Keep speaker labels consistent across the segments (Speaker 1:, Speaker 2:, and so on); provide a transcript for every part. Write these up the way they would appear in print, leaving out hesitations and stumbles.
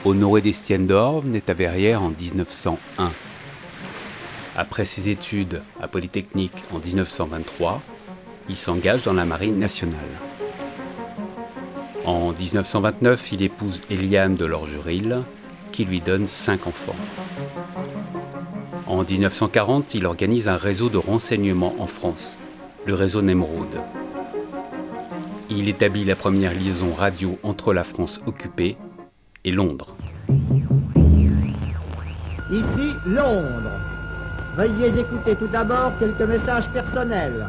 Speaker 1: Honoré d'Estienne-d'Orves naît à Verrières en 1901. Après ses études à Polytechnique en 1923, il s'engage dans la Marine nationale. En 1929, il épouse Éliane de Lorgeril, qui lui donne 5 enfants. En 1940, il organise un réseau de renseignement en France, le réseau Nemrod. Il établit la première liaison radio entre la France occupée et Londres.
Speaker 2: Ici, Londres. Veuillez écouter tout d'abord quelques messages personnels.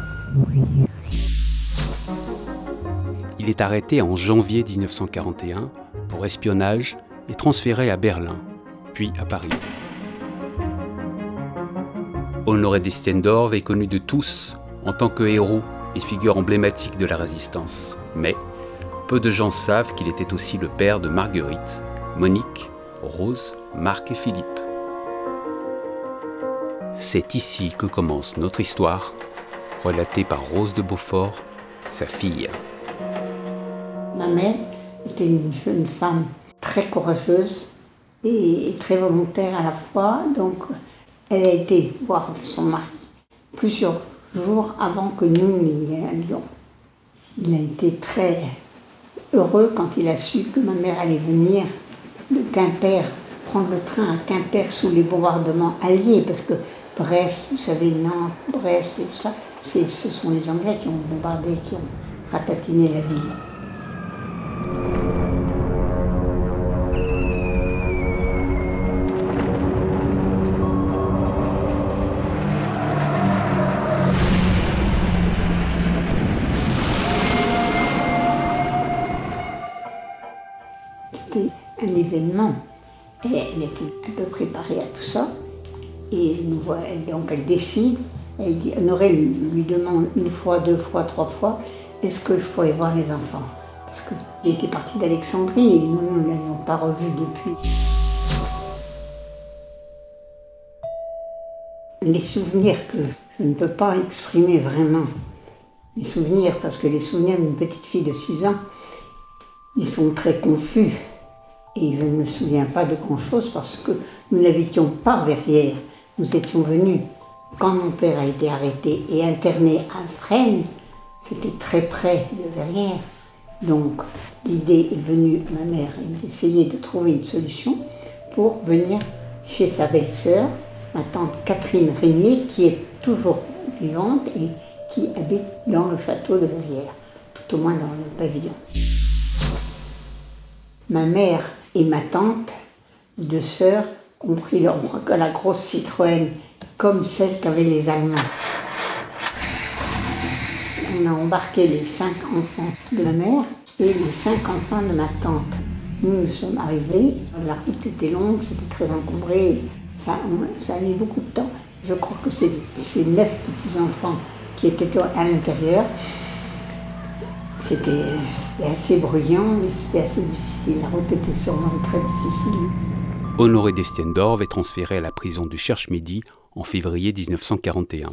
Speaker 1: Il est arrêté en janvier 1941 pour espionnage et transféré à Berlin, puis à Paris. Honoré d'Estienne-d'Orves est connu de tous en tant que héros et figure emblématique de la résistance. Mais peu de gens savent qu'il était aussi le père de Marguerite, Monique, Rose, Marc et Philippe. C'est ici que commence notre histoire, relatée par Rose de Beaufort, sa fille.
Speaker 3: Ma mère était une jeune femme très courageuse et très volontaire à la fois, donc elle a été voir son mari plusieurs jours avant que nous n'y allions. Il a été très heureux quand il a su que ma mère allait venir de Quimper, prendre le train à Quimper sous les bombardements alliés, parce que Brest, vous savez, Nantes, Brest et tout ça, ce sont les Anglais qui ont bombardé, qui ont ratatiné la ville. C'était un événement. Elle était un peu préparée à tout ça. Et donc elle décide, elle dit, Honoré lui demande 1 fois, 2 fois, 3 fois, est-ce que je pourrais voir les enfants? Parce qu'il était parti d'Alexandrie et nous ne l'avions pas revu depuis. Les souvenirs que je ne peux pas exprimer vraiment, les souvenirs, parce que les souvenirs d'une petite fille de 6 ans, ils sont très confus. Et je ne me souviens pas de grand-chose parce que nous n'habitions pas Verrières. Nous étions venus, quand mon père a été arrêté et interné à Fresnes, c'était très près de Verrières. Donc l'idée est venue à ma mère d'essayer de trouver une solution pour venir chez sa belle-sœur, ma tante Catherine Régnier, qui est toujours vivante et qui habite dans le château de Verrières, tout au moins dans le pavillon. Ma mère et ma tante, 2 sœurs, ont pris la grosse Citroën, comme celle qu'avaient les Allemands. On a embarqué les 5 enfants de ma mère et les 5 enfants de ma tante. Nous sommes arrivés, la route était longue, c'était très encombré, ça a mis beaucoup de temps. Je crois que ces 9 petits-enfants qui étaient à l'intérieur, c'était assez bruyant et c'était assez difficile. La route était sûrement très difficile.
Speaker 1: Honoré d'Estienne-d'Orves est transféré à la prison du Cherche-Midi en février 1941.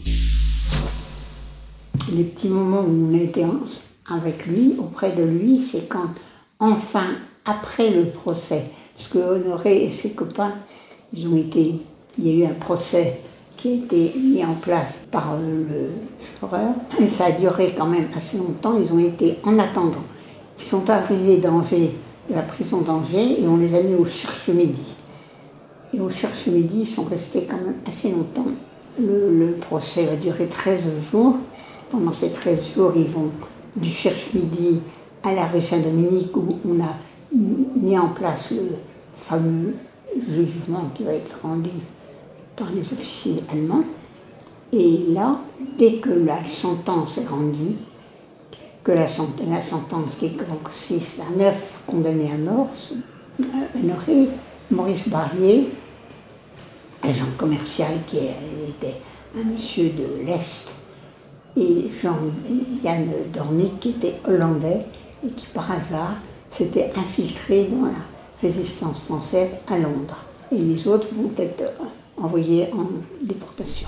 Speaker 3: Les petits moments où on a été avec lui, auprès de lui, c'est quand, enfin, après le procès, parce que Honoré et ses copains, il y a eu un procès qui a été mis en place par le Führer, et ça a duré quand même assez longtemps. Ils ont été en attendant. Ils sont arrivés d'Angers, de la prison d'Angers, et on les a mis au Cherche-Midi. Et au Cherche-Midi, ils sont restés quand même assez longtemps. Le procès va durer 13 jours. Pendant ces 13 jours, ils vont du Cherche-Midi à la rue Saint-Dominique, où on a mis en place le fameux jugement qui va être rendu par les officiers allemands. Et là, dès que la sentence est rendue, que la sentence qui consiste à 9 condamnés à mort, Honoré, Maurice Barrier, agent commercial qui était un monsieur de l'Est, et Jean-Yann Dornick qui était hollandais et qui par hasard s'était infiltré dans la résistance française à Londres. Et les autres vont être envoyés en déportation.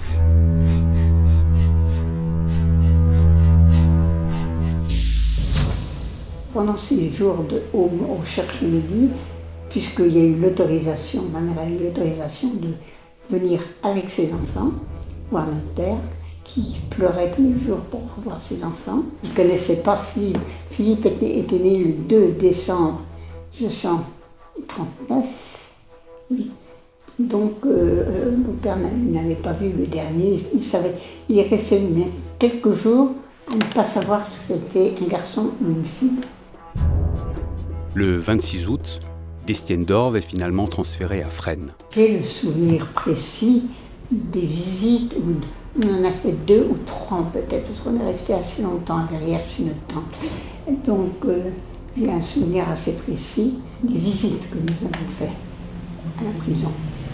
Speaker 3: Pendant ces jours au Cherche-Midi, puisqu'il y a eu l'autorisation, ma mère a eu l'autorisation de venir avec ses enfants, voir notre père, qui pleurait tous les jours pour revoir ses enfants. Je ne connaissais pas Philippe. Philippe était né le 2 décembre 1939. Oui. Donc, mon père n'avait pas vu le dernier. Il est resté quelques jours à ne pas savoir si c'était un garçon ou une fille.
Speaker 1: Le 26 août, Destienne-d'Orves est finalement transférée à Fresnes.
Speaker 3: J'ai le souvenir précis des visites, on en a fait 2 ou 3 peut-être, parce qu'on est resté assez longtemps à Verrières chez notre tante. Donc j'ai un souvenir assez précis des visites que nous avons faites à la prison.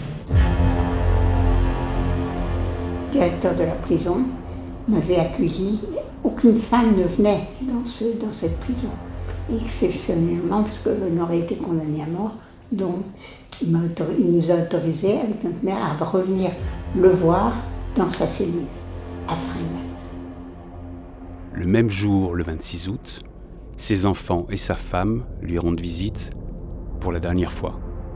Speaker 3: Le directeur de la prison m'avait accueilli. Aucune femme ne venait dans cette prison. Exceptionnellement, parce qu'on aurait été condamné à mort. Donc, il nous a autorisés, avec notre mère, à revenir le voir dans sa cellule, à Fresnes.
Speaker 1: Le même jour, le 26 août, ses enfants et sa femme lui rendent visite pour la dernière fois.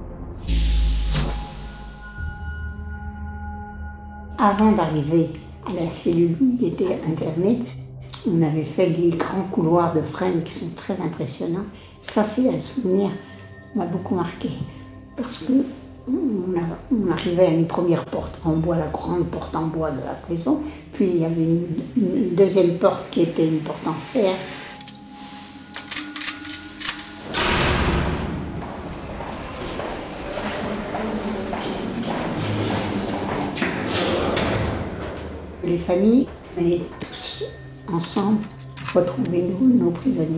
Speaker 3: Avant d'arriver à la cellule où il était interné, on avait fait les grands couloirs de Fresnes qui sont très impressionnants. Ça, c'est un souvenir qui m'a beaucoup marqué. Parce qu'on arrivait à une première porte en bois, la grande porte en bois de la prison. Puis il y avait une deuxième porte qui était une porte en fer. Les familles, on allait tous ensemble retrouver nos prisonniers.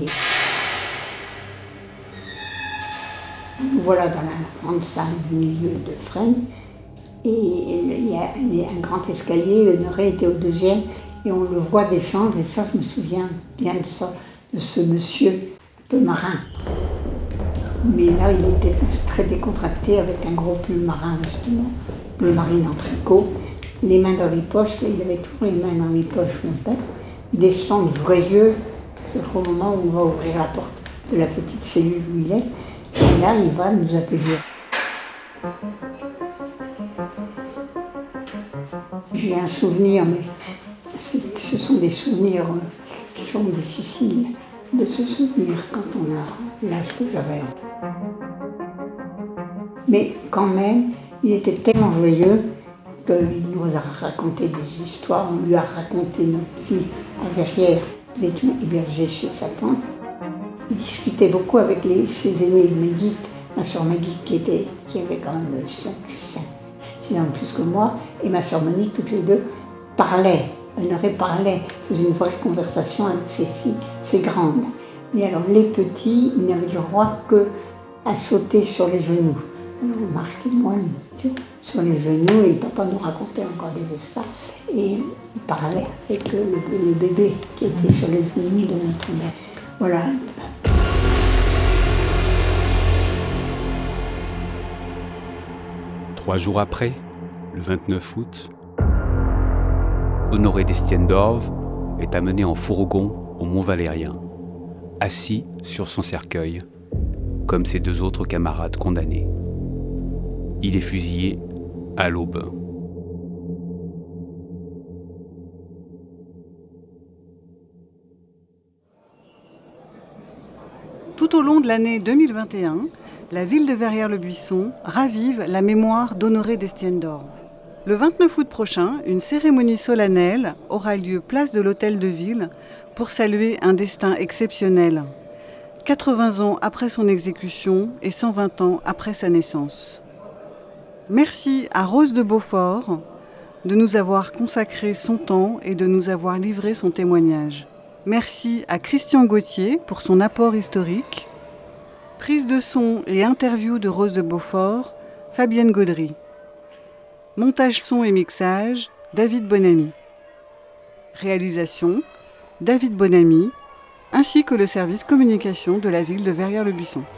Speaker 3: Nous voilà dans la grande salle du milieu de Fresnes et il y a un grand escalier. Honoré était au 2e et on le voit descendre et ça, je me souviens bien de ça, de ce monsieur un peu marin. Mais là, il était très décontracté avec un gros pull marin justement, bleu marine en tricot. Les mains dans les poches, il avait toujours les mains dans les poches, mon père. Descendre joyeux, c'est au moment où on va ouvrir la porte de la petite cellule où il est. Et là, il va nous accueillir. J'ai un souvenir, mais ce sont des souvenirs qui sont difficiles de se souvenir quand on a l'âge que j'avais. Mais quand même, il était tellement joyeux qu'il nous a raconté des histoires. On lui a raconté notre vie à Verrières. Nous étions hébergés chez sa tante. Il discutait beaucoup avec ses aînés, Maguite, ma soeur Maguite qui avait quand même 6 ans de plus que moi, et ma soeur Monique, toutes les deux, parlaient. Honoré parlait, faisait une vraie conversation avec ses filles, ses grandes. Et alors les petits, ils n'avaient le droit qu'à sauter sur les genoux. Alors Marc et moi, nous étions sur les genoux et papa nous racontait encore des histoires. Et il parlait avec le bébé qui était sur les genoux de notre mère. Voilà.
Speaker 1: Trois jours après, le 29 août, Honoré Destienne-d'Orves est amené en fourgon au Mont-Valérien, assis sur son cercueil, comme ses 2 autres camarades condamnés. Il est fusillé à l'aube.
Speaker 4: Tout au long de l'année 2021, la ville de Verrières-le-Buisson ravive la mémoire d'Honoré Destienne-d'Orves. Le 29 août prochain, une cérémonie solennelle aura lieu place de l'Hôtel de Ville pour saluer un destin exceptionnel. 80 ans après son exécution et 120 ans après sa naissance. Merci à Rose de Beaufort de nous avoir consacré son temps et de nous avoir livré son témoignage. Merci à Christian Gauthier pour son apport historique. Prise de son et interview de Rose de Beaufort, Fabienne Gaudry. Montage son et mixage, David Bonamy. Réalisation, David Bonamy, ainsi que le service communication de la ville de Verrières-le-Buisson.